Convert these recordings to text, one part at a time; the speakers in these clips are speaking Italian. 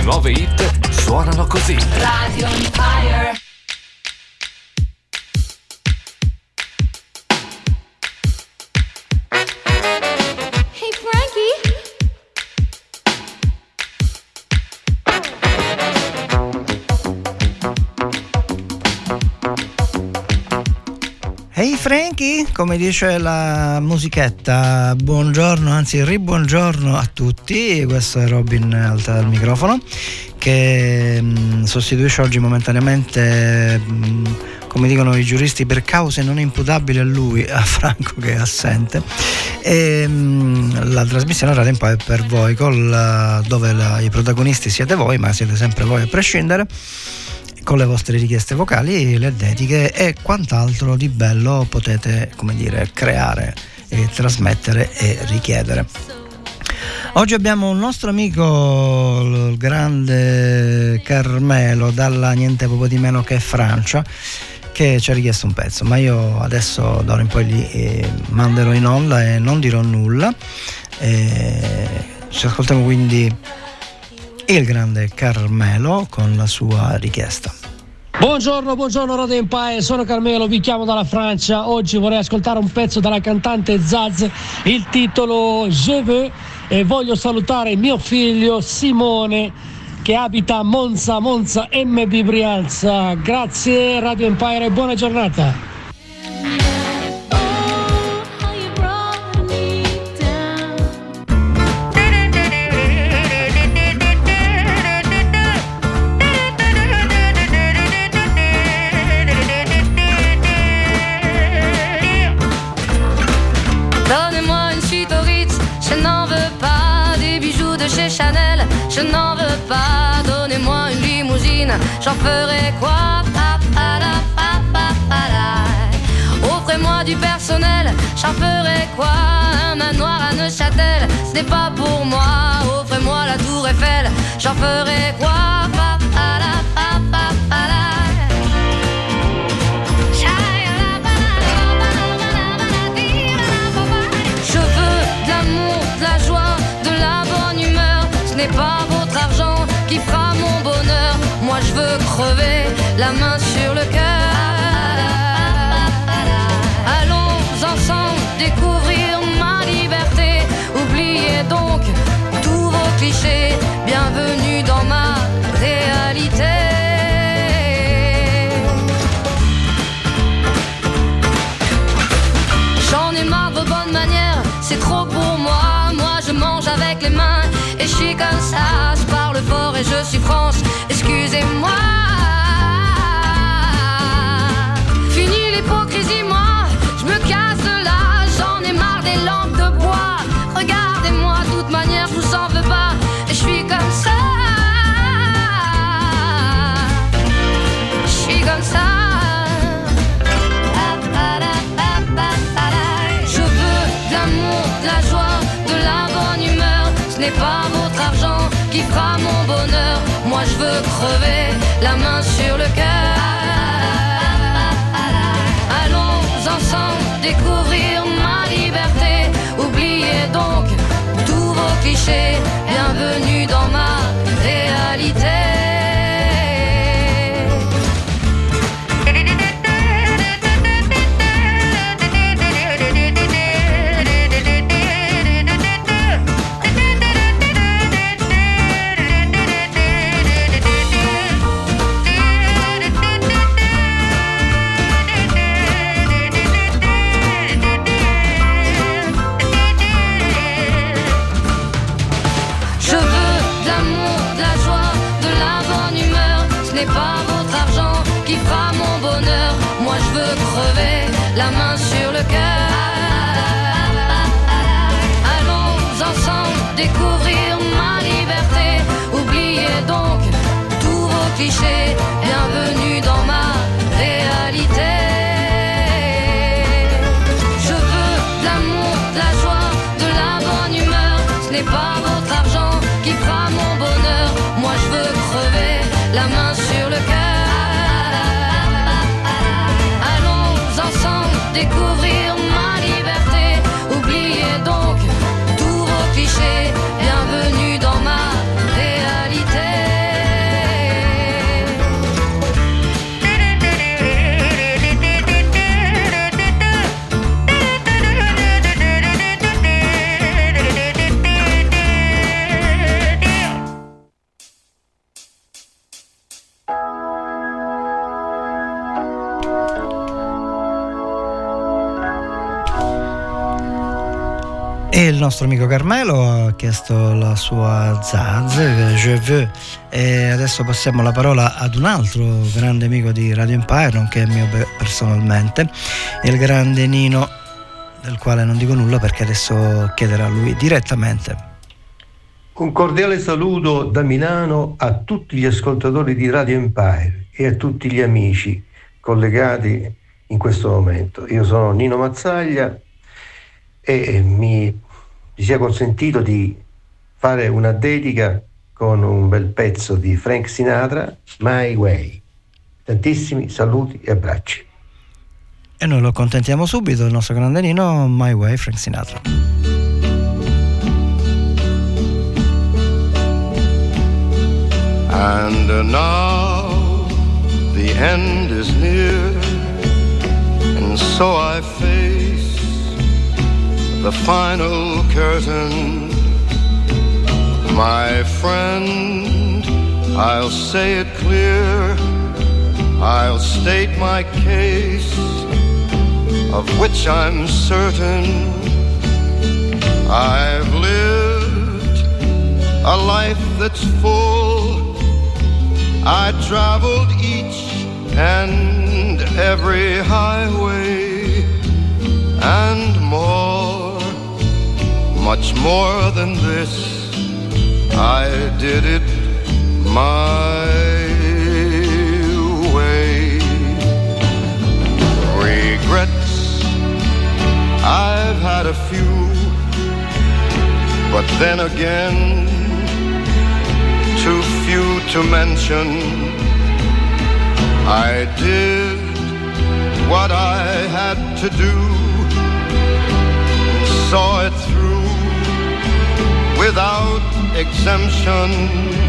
nuove hit suonano così. Radio Empire. Hey Frankie. Hey Frankie, come dice la musichetta, buongiorno, anzi ribuongiorno a tutti. Questo è Robin Alta del microfono, che sostituisce oggi momentaneamente, come dicono i giuristi, per cause non imputabili a lui, a Franco che è assente. E la trasmissione Radio Empire è per voi, dove i protagonisti siete voi, ma siete sempre voi a prescindere, con le vostre richieste vocali, le dediche e quant'altro di bello potete, come dire, creare e trasmettere e richiedere. Oggi abbiamo un nostro amico, il grande Carmelo, dalla niente poco di meno che Francia, che ci ha richiesto un pezzo, ma io adesso d'ora in poi gli manderò in onda e non dirò nulla. Ci ascoltiamo quindi il grande Carmelo con la sua richiesta. Buongiorno Radio Empire, sono Carmelo, vi chiamo dalla Francia. Oggi vorrei ascoltare un pezzo dalla cantante Zaz, il titolo Je veux, e voglio salutare mio figlio Simone che abita a Monza MB Brianza. Grazie Radio Empire e buona giornata. Je n'en veux pas, donnez-moi une limousine, j'en ferai quoi? Offrez-moi du personnel, j'en ferai quoi? Un manoir à Neuchâtel, ce n'est pas pour moi. Offrez-moi la tour Eiffel, j'en ferai quoi? Je veux de l'amour, de la joie, de la bonne humeur. Ce n'est pas votre argent qui fera mon bonheur. Moi je veux crever, la main sur le cœur. Allons ensemble découvrir ma liberté. Oubliez donc tous vos clichés. Bienvenue dans ma réalité. J'en ai marre de vos bonnes manières, c'est trop pour moi. Moi je mange avec les mains et je suis comme ça. Je parle fort et je suis France, excusez-moi. Fini l'hypocrisie, moi je me casse de là. J'en ai marre des lampes de bois. Regardez-moi, de toute manière je vous en veux pas. Et je suis comme ça. Je suis comme ça. Je veux de l'amour, de la joie, de la bonne humeur. Ce n'est pas votre argent qui fera mon bonheur. Moi je veux crever, la main sur le cœur. Allons ensemble découvrir ma liberté. Oubliez donc tous vos clichés. Bienvenue dans ma réalité. Pas votre argent qui fera mon bonheur. Moi je veux crever, la main sur le cœur. Allons ensemble découvrir ma liberté. Oubliez donc tous vos clichés. Bienvenue dans ma réalité. Je veux de l'amour, de la joie, de la bonne humeur. Ce n'est pas votre argent qui fera mon bonheur. Moi je veux crever, la main sur le cœur. Allons ensemble découvrir ma liberté. Oubliez donc tous vos clichés. Bienvenue dans ma réalité. E il nostro amico Carmelo ha chiesto la sua Zaz, Je veux, e adesso passiamo la parola ad un altro grande amico di Radio Empire, nonché mio personalmente, il grande Nino, del quale non dico nulla perché adesso chiederà lui direttamente. Un cordiale saluto da Milano a tutti gli ascoltatori di Radio Empire e a tutti gli amici collegati in questo momento. Io sono Nino Mazzaglia e mi sia consentito di fare una dedica con un bel pezzo di Frank Sinatra, My Way. Tantissimi saluti e abbracci. E noi lo accontentiamo subito, il nostro grande Nino, My Way, Frank Sinatra. And now the end is near, and so I face the final curtain. My friend, I'll say it clear, I'll state my case, of which I'm certain. I've lived a life that's full, I traveled each and every highway, and more, much more than this, I did it my way. Regrets, I've had a few, but then again, too few to mention. I did what I had to do, and saw it through without exemption.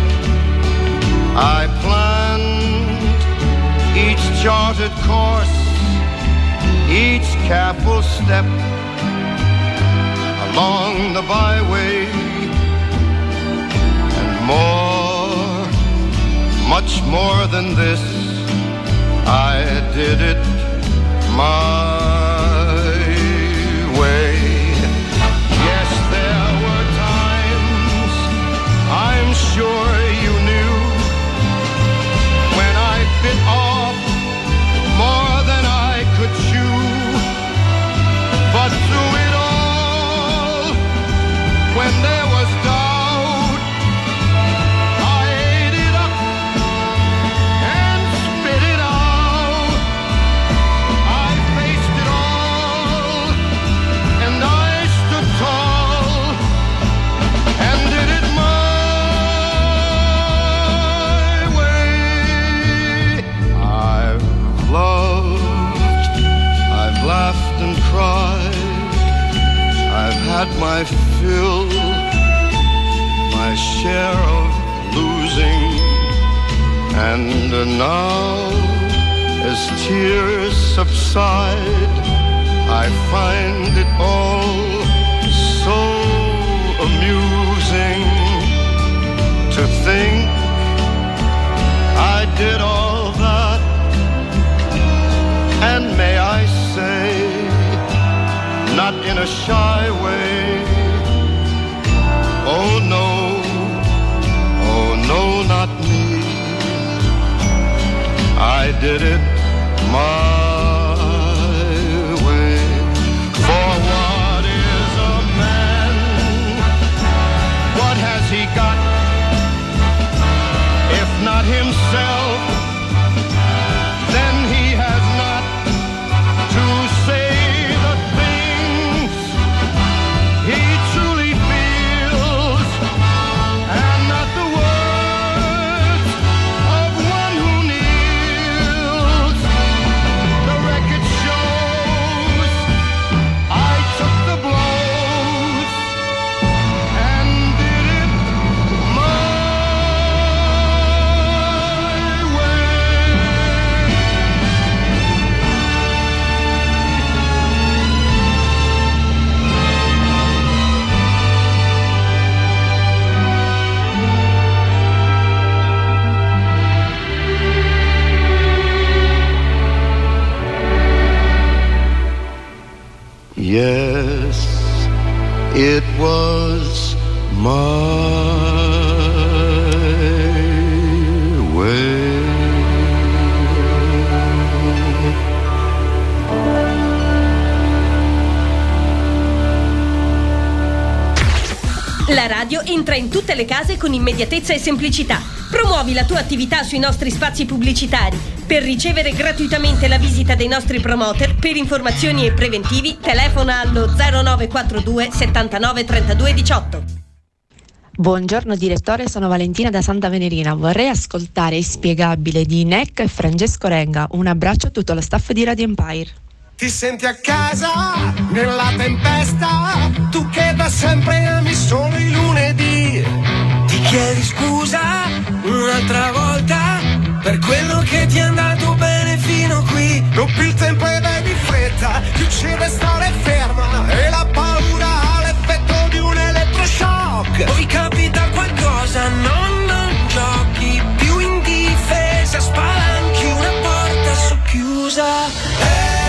I planned each charted course, each careful step along the byway, and more, much more than this, I did it my way. Yes, there were times, I'm sure you knew, when I bit off more than I could chew. But through it all, when there was doubt, I ate it up and spit it out. I faced it all, and I stood tall, and did it my way. I've loved, I've laughed and cried, I've had my fill, my share of losing, and now, as tears subside, I find it all so amusing to think I did all that, and may I say, not in a shy way, oh no, not me, I did it my way. For what is a man? What has he got, if not himself? Then he has not to say the things he truly feels, and not the words of one who kneels. The record shows I took the blows and did it my way. Yes, It was my way. La radio entra in tutte le case con immediatezza e semplicità. Promuovi la tua attività sui nostri spazi pubblicitari. Per ricevere gratuitamente la visita dei nostri promoter, per informazioni e preventivi, telefona allo 0942 79 32 18. Buongiorno direttore, sono Valentina da Santa Venerina. Vorrei ascoltare Inspiegabile di Neck e Francesco Renga. Un abbraccio a tutto lo staff di Radio Empire. Ti senti a casa nella tempesta, tu che da sempre ami solo i lunedì. Ti chiedi scusa un'altra volta per quello che ti è andato bene fino qui. Non più il tempo ed è di fretta, ti uccide stare ferma e la paura ha l'effetto di un elettroshock. Poi capita qualcosa, non giochi più in difesa, spalanchi una porta socchiusa.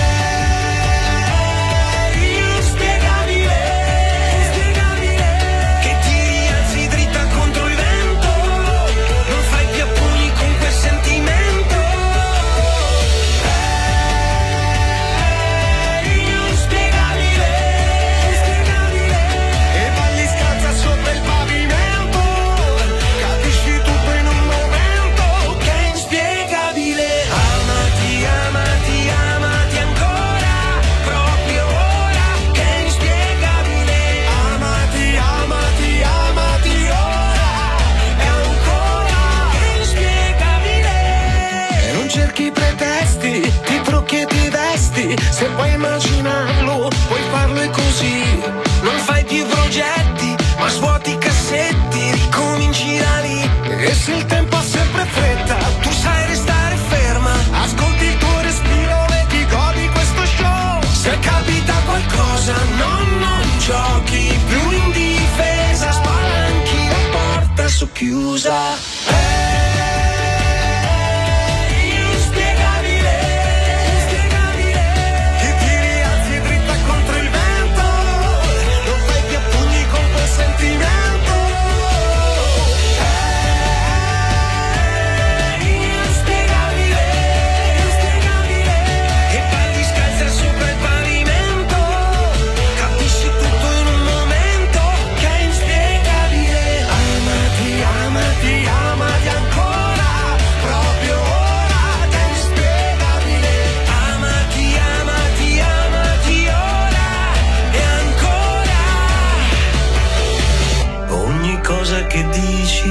Se puoi immaginarlo, puoi farlo e così. Non fai più progetti, ma svuoti i cassetti, ricominci da lì. E se il tempo ha sempre fretta, tu sai restare ferma. Ascolti il tuo respiro e ti godi questo show. Se capita qualcosa, non giochi più in difesa, spalanchi la porta socchiusa. Che dici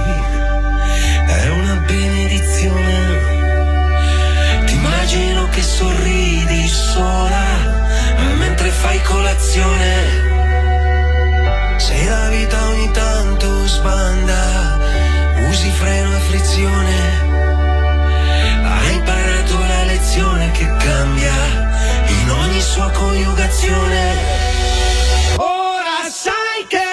è una benedizione. Ti immagino che sorridi sola mentre fai colazione. Se la vita ogni tanto sbanda, usi freno e frizione. Hai imparato la lezione che cambia in ogni sua coniugazione. Ora sai che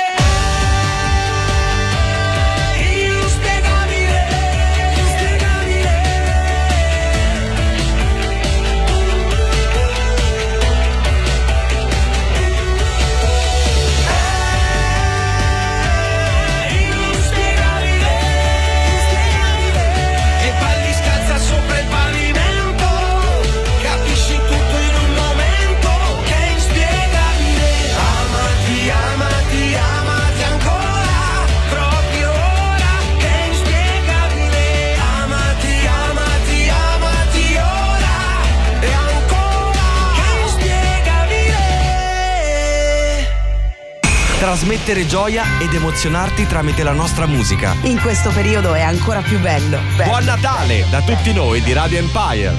trasmettere gioia ed emozionarti tramite la nostra musica. In questo periodo è ancora più bello. Buon Natale da tutti noi di Radio Empire.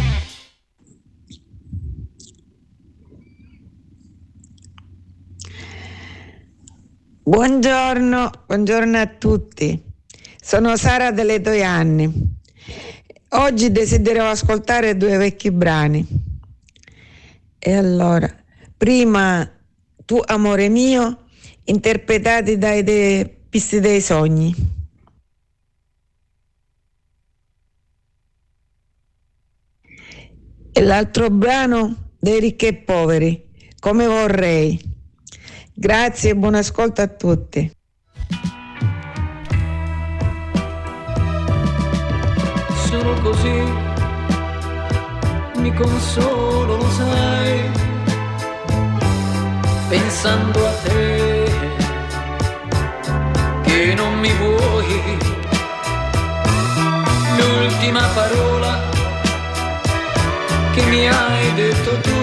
Buongiorno a tutti. Sono Sara delle Toianni. Oggi desidero ascoltare 2 vecchi brani. E allora, prima Tu amore mio, interpretati dai Pisti dei Sogni. E l'altro brano dei Ricchi e Poveri, Come vorrei. Grazie e buon ascolto a tutti. Solo così mi consolo, lo sai, pensando a te che non mi vuoi. L'ultima parola che mi hai detto tu,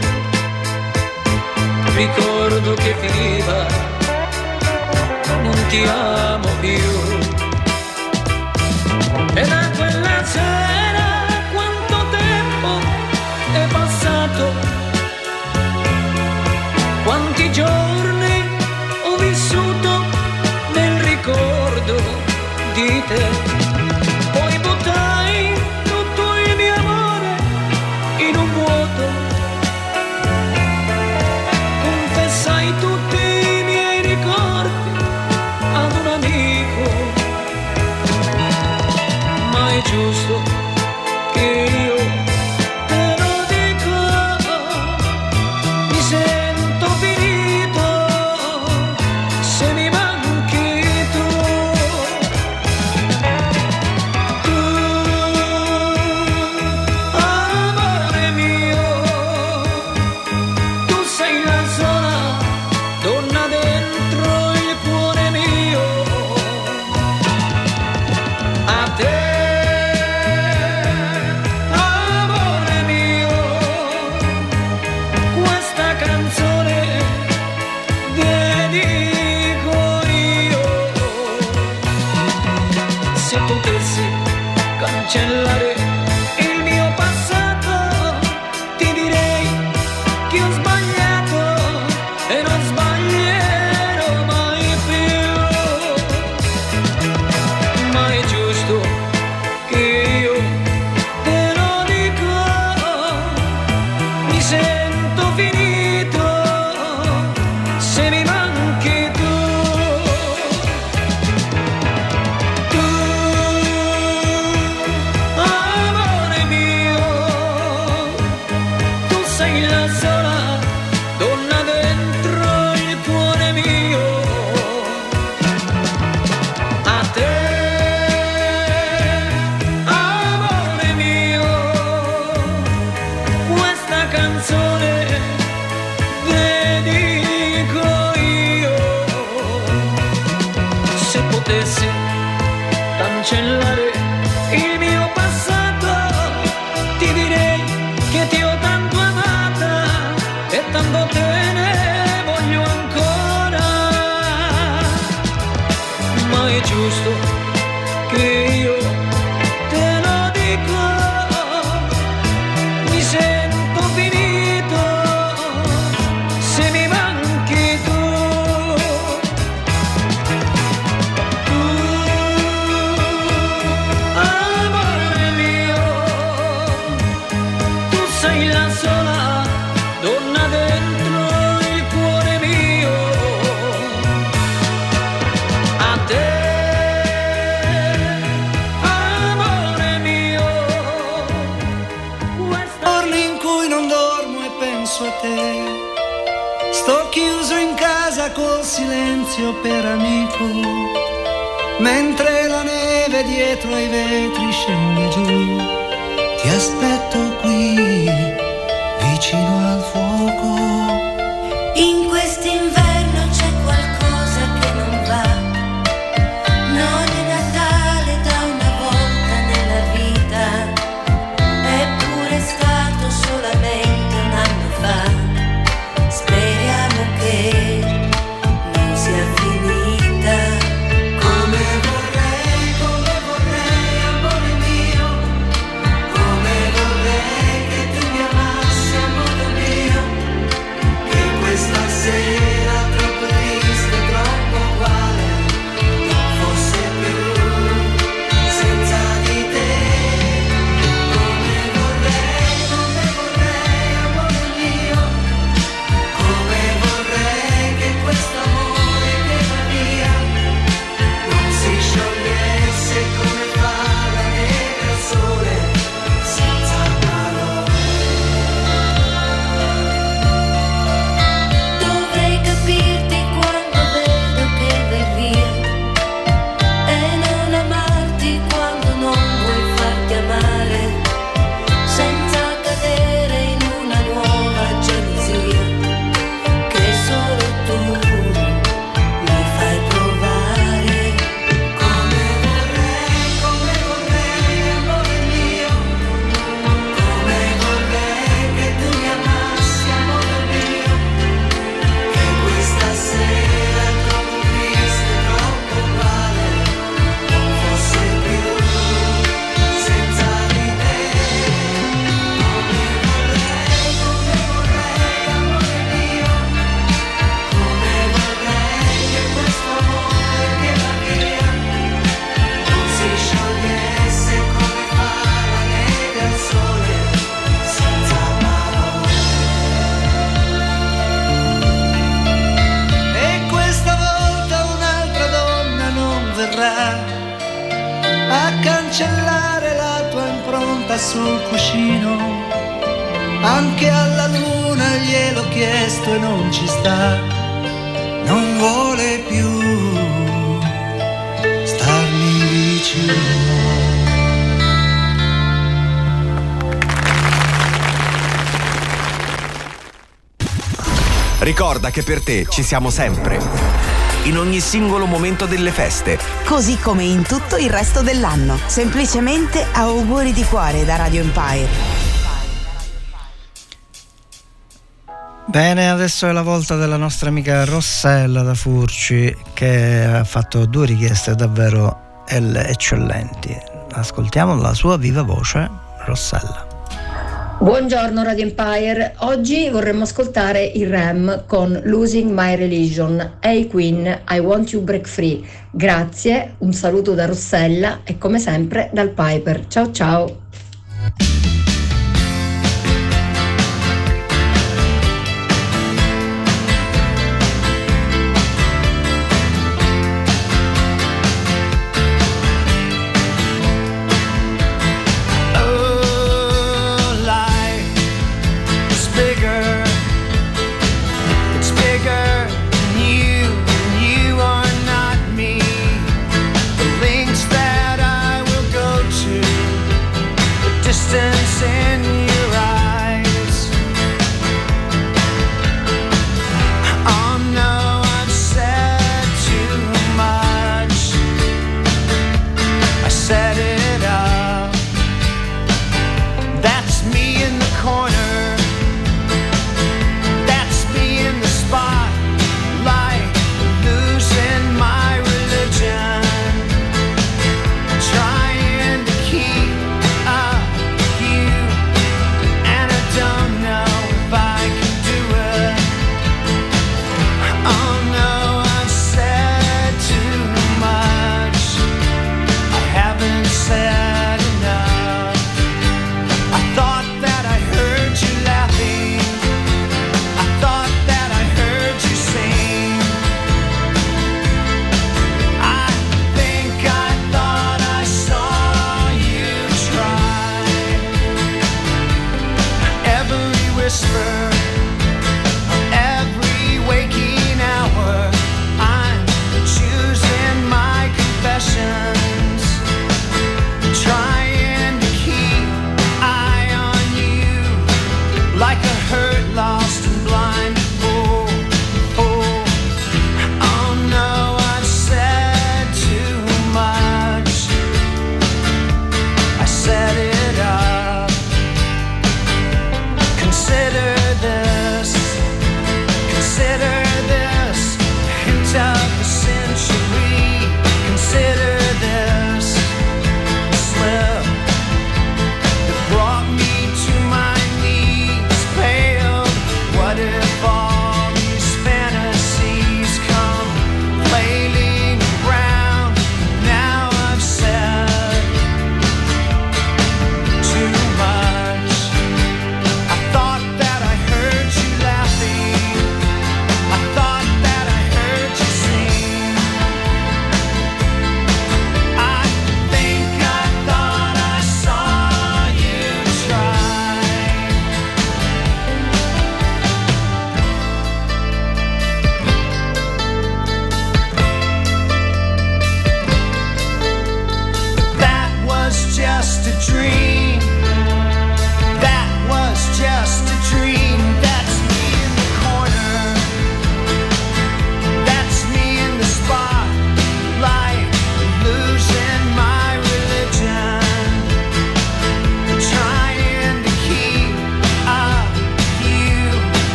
ricordo che finiva, non ti amo più. E da quella sera quanto tempo è passato, quanti giorni ho vissuto nel ricordo di te. Poi buttai tutto il mio amore in un vuoto, confessai tutti i miei ricordi ad un amico, ma è giusto che io te lo dico, mi sento finito se mi manchi tu. Tu, amore mio, tu sei la sola donna dentro il cuore mio. A te, amore mio, questa canzone dedico io. Se potessi cancellare il mio passato, ti direi che ho sbagliato e non sbaglierò mai più. Ma è giusto che io te lo dico, mi sento finito se mi manchi tu. Tu, amore mio, tu sei la sola donna dentro il cuore mio. A te, amore mio, questa canzone dedico io. Se potessi cancellare il mio passato, ti direi che ti ho tanto amata e tanto te ne voglio ancora. Ma è giusto che io te lo dico, mi sento finito se mi manchi tu. Tu, amore mio, tu sei la sola donna dentro il cuore mio. A te, amore mio, Giorni in cui non dormo e penso a te, sto chiuso in casa col silenzio per amico, mentre la neve dietro ai vetri scende giù. Ti aspetto qui, vicino al fuoco. In quest'inverno c'è qualcosa che non va, non è Natale da una volta nella vita, eppure è stato solamente un anno fa. Speriamo che non sia finita. Come vorrei, amore mio, come vorrei che sul cuscino, anche alla luna gliel'ho chiesto e non ci sta, non vuole più starmi vicino. Ricorda che per te ci siamo sempre, in ogni singolo momento delle feste. Così come in tutto il resto dell'anno. Semplicemente auguri di cuore da Radio Empire. Bene, adesso è la volta della nostra amica Rossella da Furci, che ha fatto 2 richieste davvero eccellenti. Ascoltiamo la sua viva voce, Rossella. Buongiorno Radio Empire, oggi vorremmo ascoltare il Ram con Losing My Religion. Hey Queen, I Want You Break Free. Grazie, un saluto da Rossella e come sempre dal Piper. Ciao ciao. The links that I will go to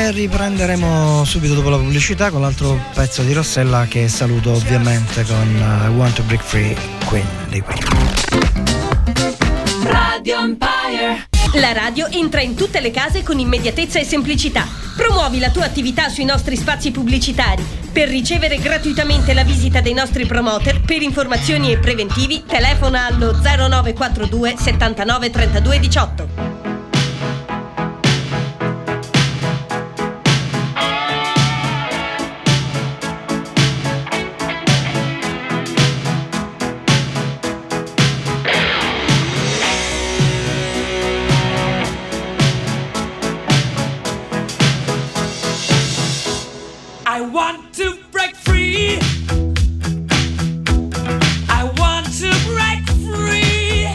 e riprenderemo subito dopo la pubblicità con l'altro pezzo di Rossella, che saluto ovviamente con I Want to Break Free, Queen dei Queen. Radio Empire. La radio entra in tutte le case con immediatezza e semplicità. Promuovi la tua attività sui nostri spazi pubblicitari. Per ricevere gratuitamente la visita dei nostri promoter, per informazioni e preventivi, telefona allo 0942 79 32 18. I want to break free. I want to break free.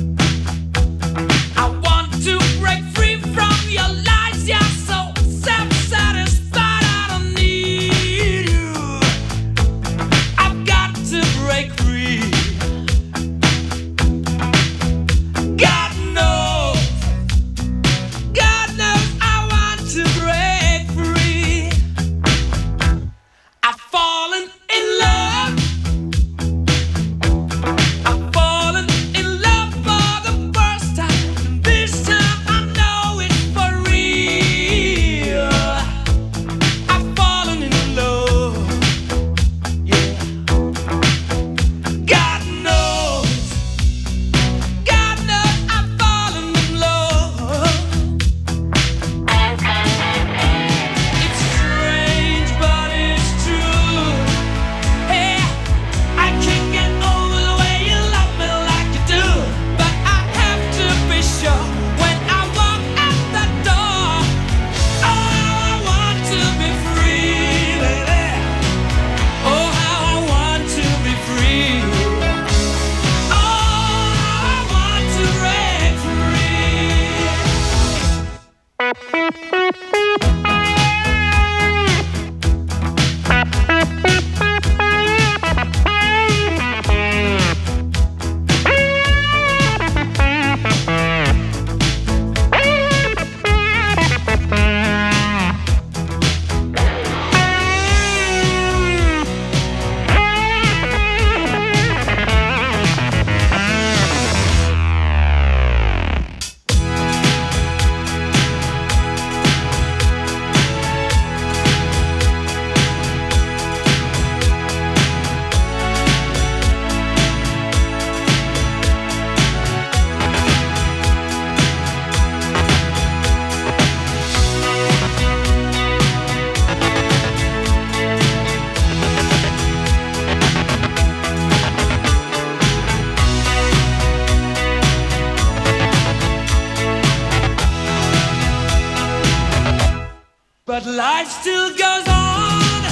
I want to break free from your lies. You're so self-satisfied. I don't need you. I've got to break free. God knows I want to break free. I've fallen in love. I've fallen in love for the first time. And this time I know it's for real. I've fallen in love. Yeah. God knows I've fallen in love. It's strange, but it's true. Hey, I can't get over the way you love me like you do. But I have to be sure when I walk out the door. Oh, how I want to be free, baby. Oh, how I want to be free. Oh, how I want to break But life still goes on.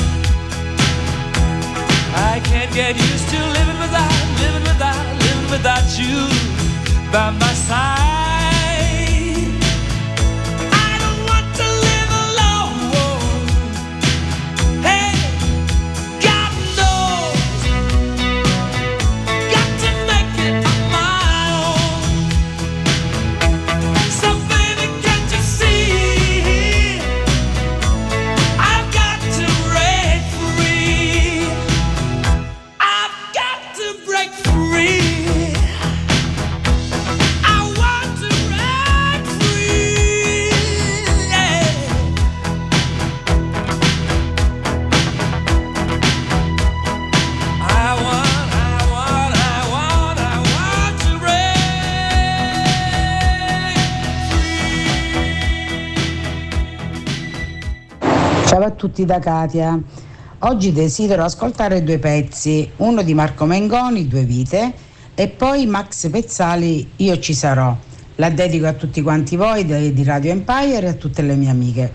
I can't get used to living without you by my side. I don't want to live alone. Hey, God knows, got to make it on my own. So baby, can't you see? I've got to break free. I've got to break free. I want to break free. Yeah. I want to break. Ciao a tutti da Katia. Oggi desidero ascoltare due pezzi, uno di Marco Mengoni, Due vite, e poi Max Pezzali, Io ci sarò. La dedico a tutti quanti voi di Radio Empire e a tutte le mie amiche.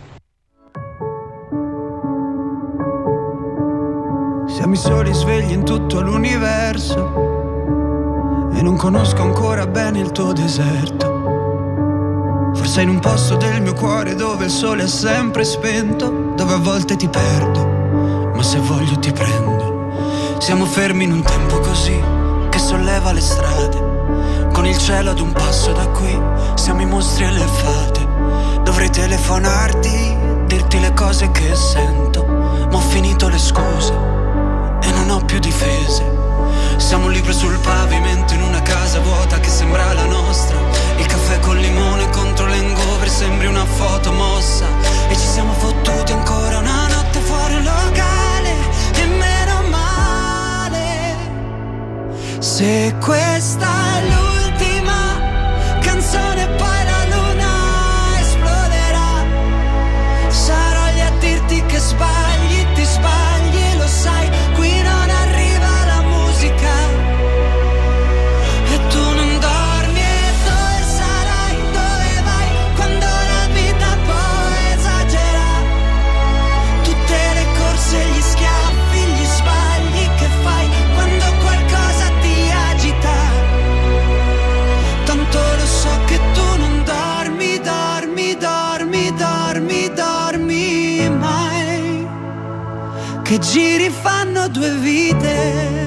Siamo i soli svegli in tutto l'universo e non conosco ancora bene il tuo deserto. Forse in un posto del mio cuore dove il sole è sempre spento, dove a volte ti perdo, ma se voglio ti prendo. Siamo fermi in un tempo così che solleva le strade, con il cielo ad un passo da qui. Siamo i mostri e le fate. Dovrei telefonarti dirti le cose che sento, ma ho finito le scuse e non ho più difese. Siamo libri sul pavimento in una casa vuota che sembra la nostra. Il caffè col limone contro l'hangover sembri una foto mossa. E ci siamo fottuti ancora una notte fuori un locale. E meno male. Se questa è l'ultima canzone poi la luna esploderà. Sarò lì a dirti che sbagli, ti sbagli, lo sai. Qui non arriva la musica e tu non dormi. E dove sarai, dove vai quando la vita poi esagera? Tutte le corse, gli schiaffi, gli sbagli che fai quando qualcosa ti agita. Tanto lo so che tu non dormi, dormi, dormi, dormi, dormi mai. Che giri fanno due vite.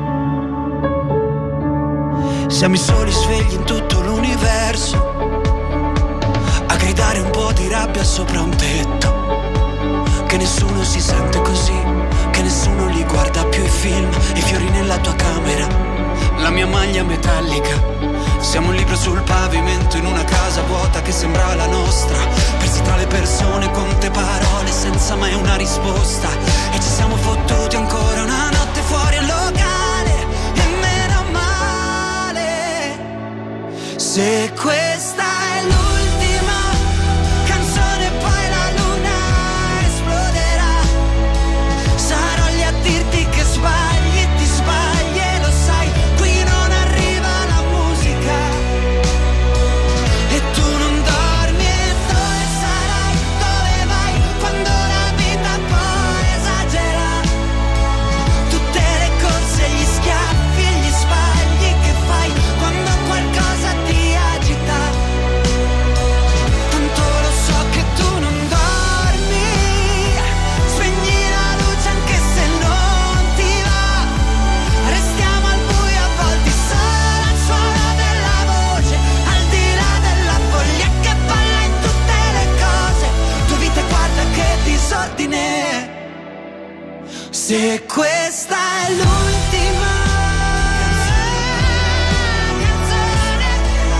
Siamo i soli svegli in tutto l'universo, a gridare un po' di rabbia sopra un tetto. Che nessuno si sente così, che nessuno li guarda più i film. I fiori nella tua camera, la mia maglia metallica. Siamo un libro sul pavimento in una casa vuota che sembra la nostra. Persi tra le persone, quante parole senza mai una risposta. E ci siamo fottuti ancora una notte fuori al locale. E meno male. Se questa è l'ultima canzone poi la luna esploderà. Sarò lì a dirti che sbagli, ti sbagli e lo sai. Qui non arriva la musica e tu non dormi. E dove sarai, dove vai quando la vita poi esagera? Tutte le corse, gli schiaffi e gli sbagli che fai quando qualcosa ti agita. Tanto lo so che tu non dormi. Spegni la luce anche se non ti va. Restiamo al buio avvolti solo al suono della voce, al di là della foglia che balla in tutte le cose. Tua vita guarda che disordine. Se questa è l'ultima canzone,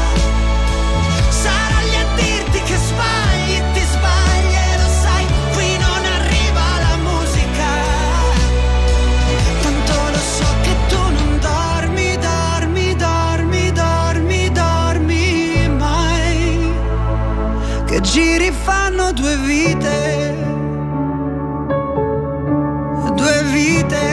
sarò lì a dirti che sbagli, ti sbagli e lo sai. Qui non arriva la musica. Tanto lo so che tu non dormi, dormi, dormi, dormi, dormi mai. Che giri fanno due vite. Due vite.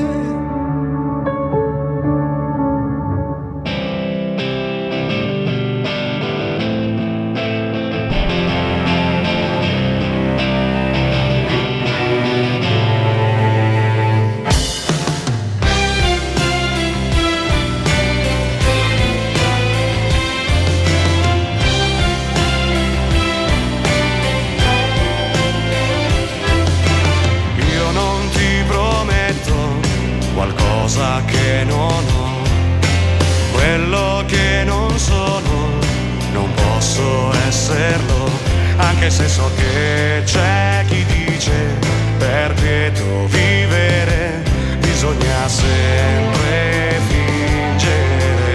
Io non ti prometto qualcosa che non ho, quello che non sono, non posso esserlo, anche se so che c'è chi dice per quieto vivere bisogna sempre fingere.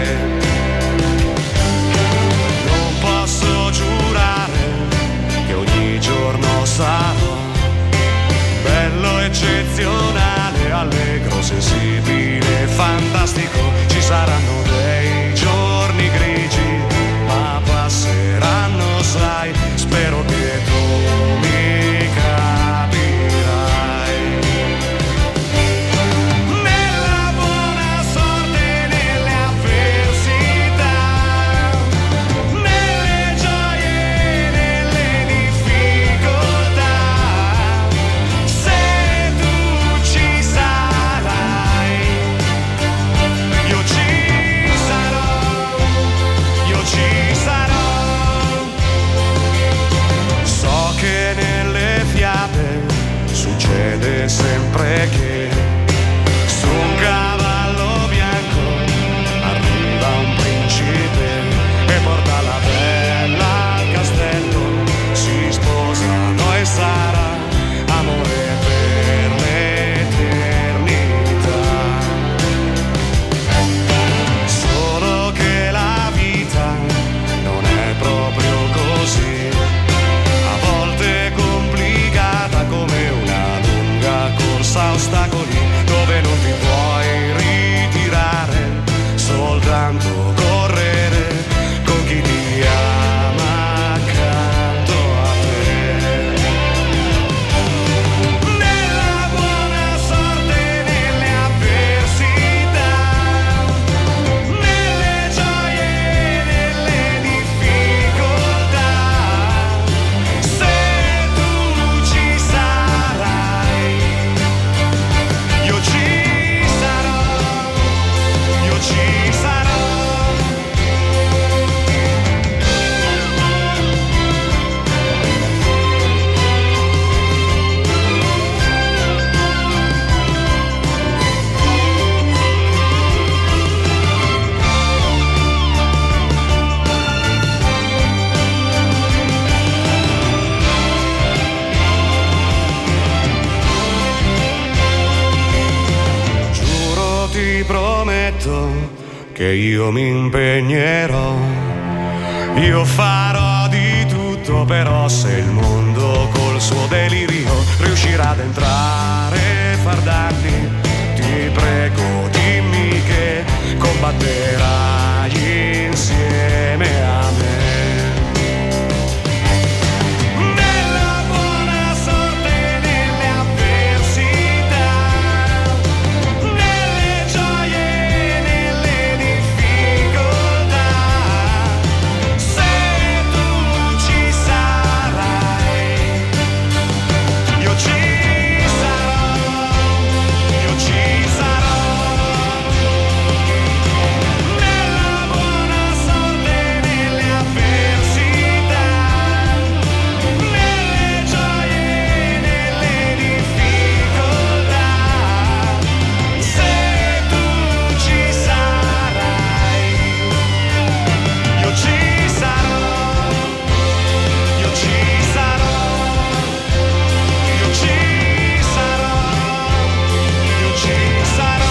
Non posso giurare che ogni giorno sarò bello, eccezionale, allegro, sensibile, fantastico. Ci saranno dei giorni grigi, ma passeranno, sai. Spero che tu mi capirai. Nella buona lasciato correre con chi ti ama accanto a te. Nella buona sorte, nelle avversità, nelle gioie e nelle difficoltà, se tu ci sarai, io ci sarò, io ci sarò. Giuro, ti prometto che io mi impegnerò, io farò di tutto, però se il mondo col suo delirio riuscirà ad entrare e far danni, ti prego dimmi che combatterai insieme a me. Nella buona sorte, nelle avversità, nelle gioie e nelle difficoltà, se tu ci sarai, io ci sarò, io ci sarò. Nella buona sorte, nelle avversità, nelle gioie e nelle difficoltà, se tu ci sarai, io ci sarò, io ci sarò, io ci sarò, io ci sarò.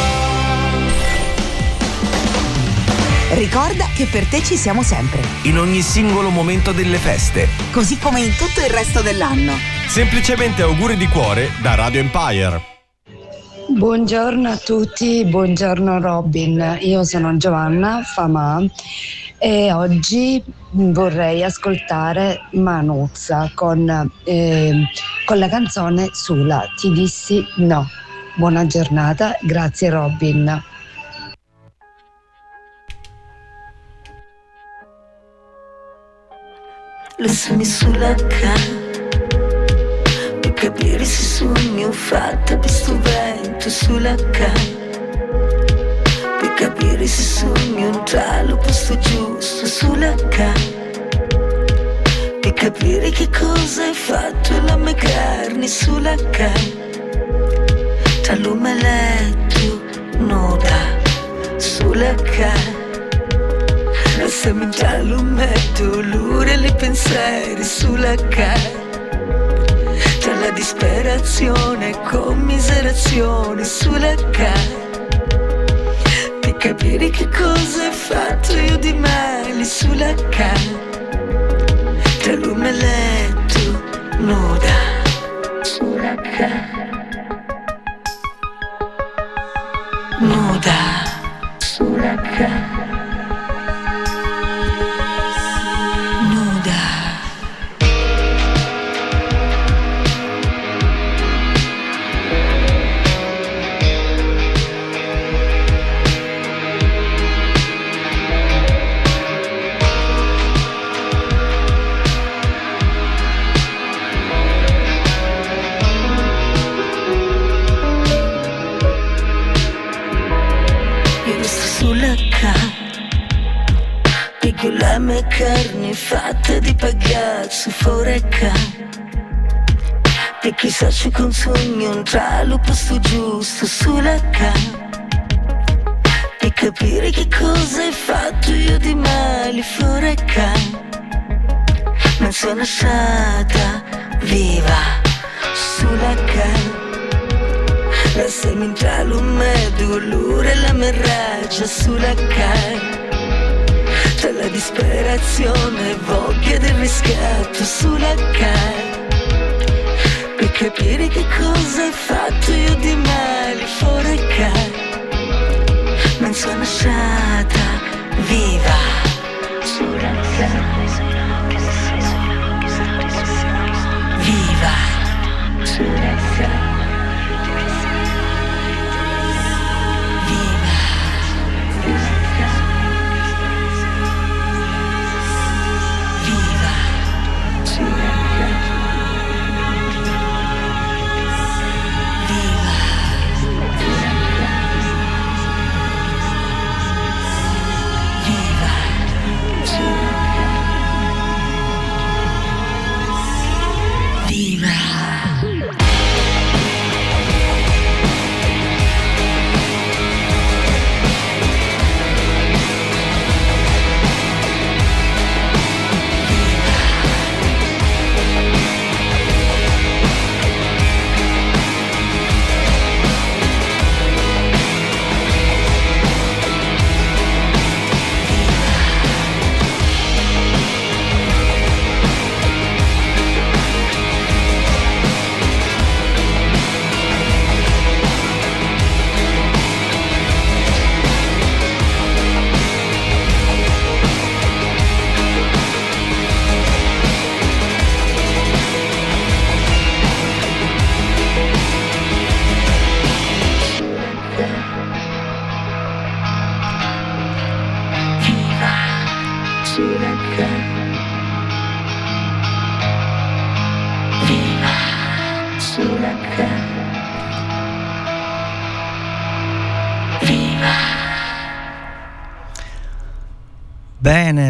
Ricorda che per te ci siamo sempre, In ogni singolo momento delle feste. così come in tutto il resto dell'anno. Semplicemente auguri di cuore da Radio Empire. Buongiorno a tutti, buongiorno Robin, io sono Giovanna Famà e oggi vorrei ascoltare Manuzza con la canzone Sula, ti dissi no. Buona giornata, grazie Robin. Lasciami sulla cama per capire se sogno fatta per sto vento sulla cama, per capire se sogno entrare al posto giusto sulla cama, per capire che cosa hai fatto la mia carne sulla cama, tra l'omeletto nuda sulla cama. Lasciami già lo metto, l'ora e le pensieri sulla cara, tra la disperazione e commiserazione sulla cara, per capire che cosa hai fatto io di male sulla cara, tra l'omeletto nuda sulla cara, nuda sulla cara. Con la mia carne fatta di pagazzo fuori ca, e chissà ci consogno entrare al posto giusto sulla ca, e capire che cosa hai fatto io di male fuori ca, ma sono stata viva sulla ca, lasciami entrare un medio l'ora e la mia ragia sulla ca, tra la disperazione e voglia del riscatto sulla cara, per capire che cosa hai fatto io di male fuori cara, ma sono stata sulla cama. Viva sulla cama. Viva. Bene.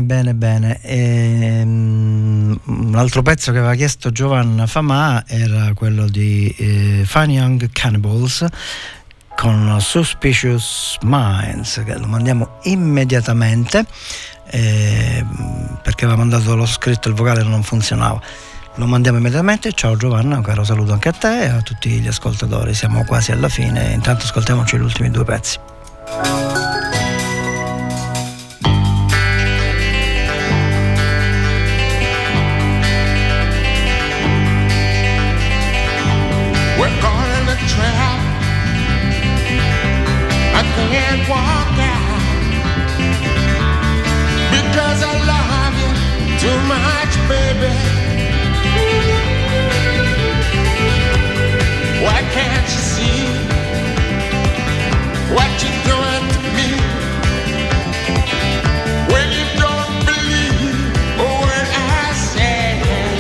Un altro pezzo che aveva chiesto Giovanna Famà era quello di Fine Young Cannibals con Suspicious Minds, che lo mandiamo immediatamente perché aveva mandato lo scritto, il vocale non funzionava. Lo mandiamo immediatamente. Ciao Giovanna, un caro saluto anche a te e a tutti gli ascoltatori. Siamo quasi alla fine, intanto ascoltiamoci gli ultimi due pezzi. We're caught in a trap. I can't walk out because I love you too much, baby. Why can't you see what you're doing to me? When you don't believe a word I say.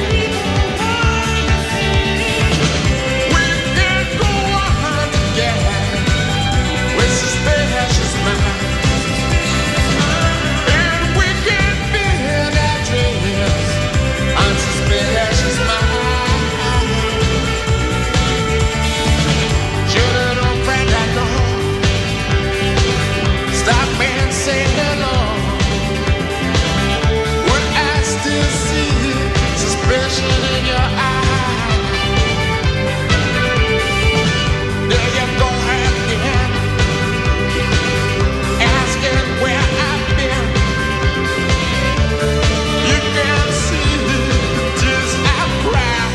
We can go on together with suspicious minds, and we can build our dreams on suspicious minds. Stop and say hello. Would I still see suspicion in your eyes? There you go again, asking where I've been. You can see the tears I cry.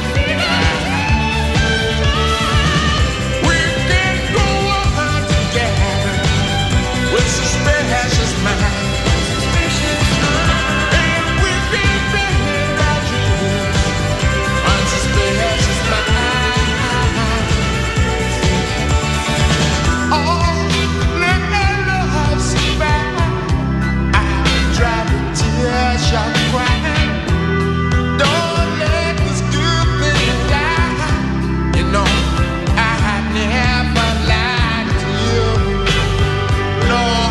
We can go on together with suspicious minds, and we can build our dreams on suspicious minds. Oh, let my love survive. I dry the tears you're crying. Don't let this good thing die. You know I never lied to you. No.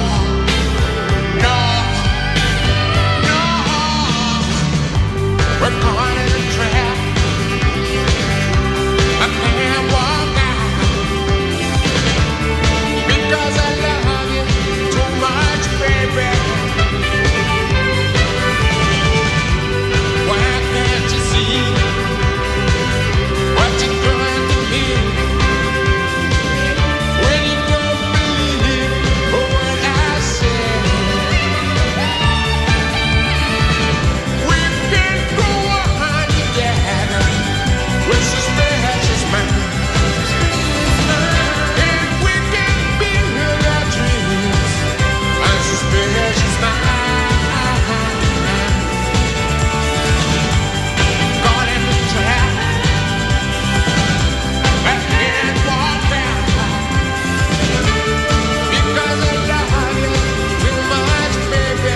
We're caught in a trap. I can't walk out because I love you too much, baby. Why can't you see what you're doing to me? When you don't believe what I say. We can go on together with suspicious minds, and we can build our dreams on suspicious minds. Caught in the trap, I can't walk out because I love you too much, baby.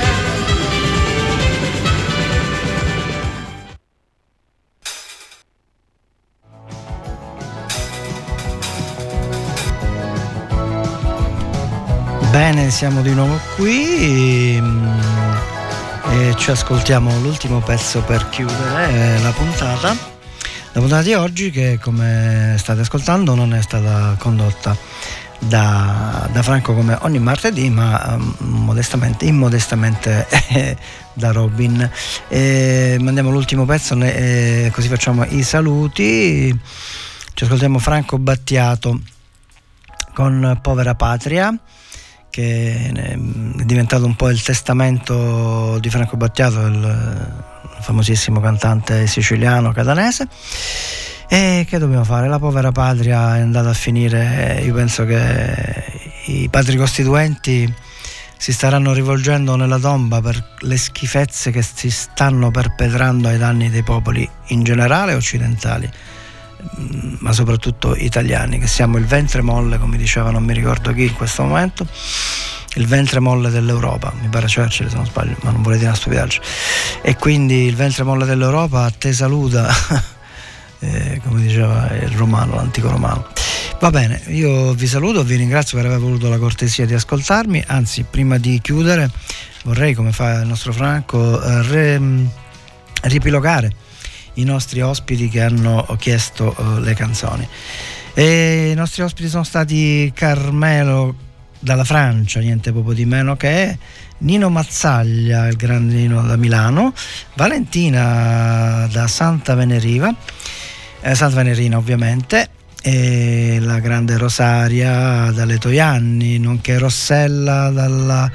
Bene, siamo di nuovo qui e ci ascoltiamo l'ultimo pezzo per chiudere la puntata. La puntata di oggi, che come state ascoltando non è stata condotta da Franco come ogni martedì, ma immodestamente da Robin. Mandiamo l'ultimo pezzo, così facciamo i saluti. Ci ascoltiamo Franco Battiato con Povera Patria, che è diventato un po' il testamento di Franco Battiato, il famosissimo cantante siciliano catanese. E che dobbiamo fare? La povera patria è andata a finire. Io penso che i padri costituenti si staranno rivolgendo nella tomba per le schifezze che si stanno perpetrando ai danni dei popoli in generale occidentali, ma soprattutto italiani, che siamo il ventre molle, come diceva non mi ricordo chi in questo momento, il ventre molle dell'Europa, mi pare Churchill se non sbaglio, ma non vorrei dire una stupidaggine. E quindi il ventre molle dell'Europa te saluta, come diceva il romano, l'antico romano. Va bene, io vi saluto, vi ringrazio per aver avuto la cortesia di ascoltarmi, anzi prima di chiudere vorrei, come fa il nostro Franco, ripilogare i nostri ospiti che hanno chiesto le canzoni. E i nostri ospiti sono stati Carmelo dalla Francia, niente proprio di meno che Nino Mazzaglia, il grande Nino da Milano, Valentina da Santa Venerina ovviamente, e la grande Rosaria dalle Toianni, nonché Rossella dalla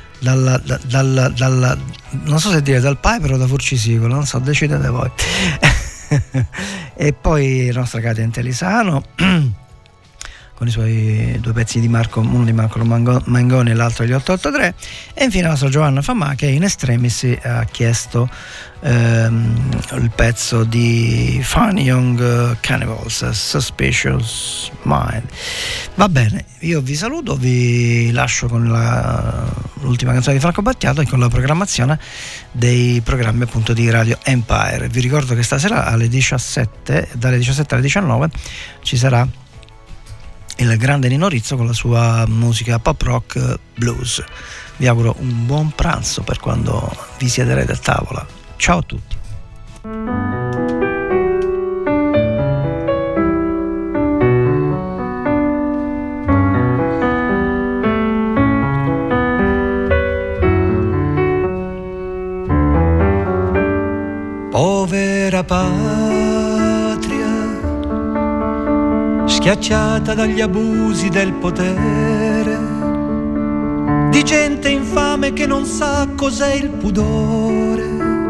non so se dire dal Paipero o da Furcisicolo, non so, decidete voi. E poi la nostra Katia Intelisano con i suoi due pezzi di Marco, uno di Marco Mangoni e l'altro gli 883, e infine la nostra Giovanna Famà che in extremis ha chiesto il pezzo di Fun Young Cannibals, Suspicious Mind. Va bene, io vi saluto, vi lascio con l'ultima canzone di Franco Battiato e con la programmazione dei programmi appunto di Radio Empire. Vi ricordo che stasera alle 17, dalle 17 alle 19 ci sarà il grande Nino Rizzo con la sua musica pop rock blues. Vi auguro un buon pranzo per quando vi siederete a tavola. Ciao a tutti. Povera patria, schiacciata dagli abusi del potere, di gente infame che non sa cos'è il pudore.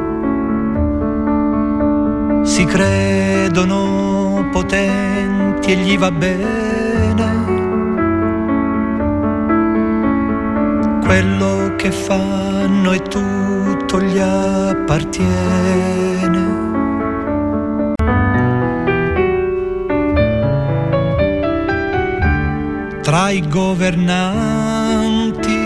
Si credono potenti e gli va bene quello che fanno e tutto gli appartiene. Tra i governanti,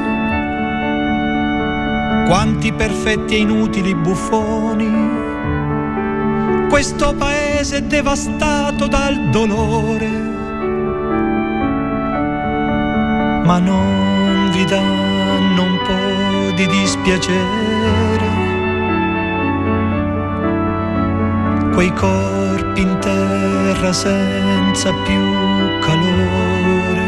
quanti perfetti e inutili buffoni, questo paese è devastato dal dolore, ma non vi danno un po' di dispiacere quei corpi in terra senza più calore.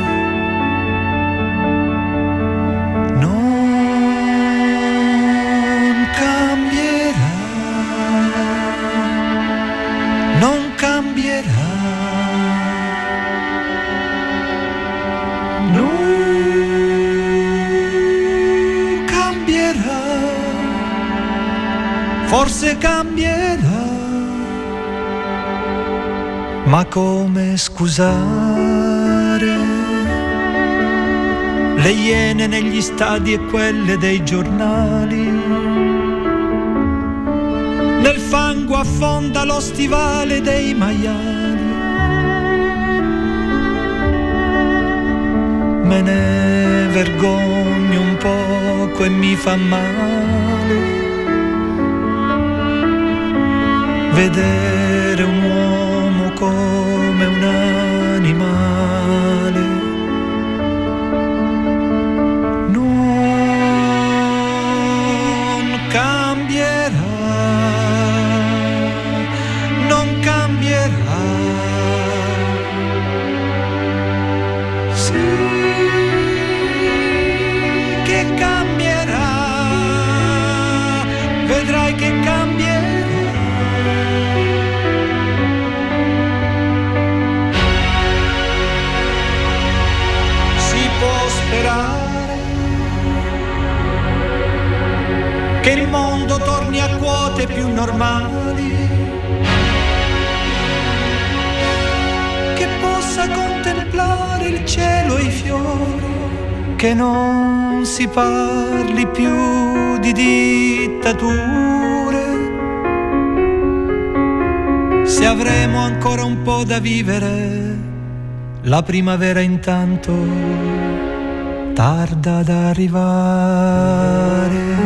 Non cambierà, non cambierà, non cambierà, forse cambierà, ma come scusare le iene negli stadi e quelle dei giornali? Nel fango affonda lo stivale dei maiali. Me ne vergogno un poco e mi fa male vedere un uomo come un animale. Non cambierà, non cambierà. Sì che cambierà, vedrai che cambierà. Si può sperare che il mondo torni a quote più normali, che possa contemplare il cielo e i fiori, che non si parli più di dittature. Se avremo ancora un po' da vivere, la primavera intanto tarda ad arrivare.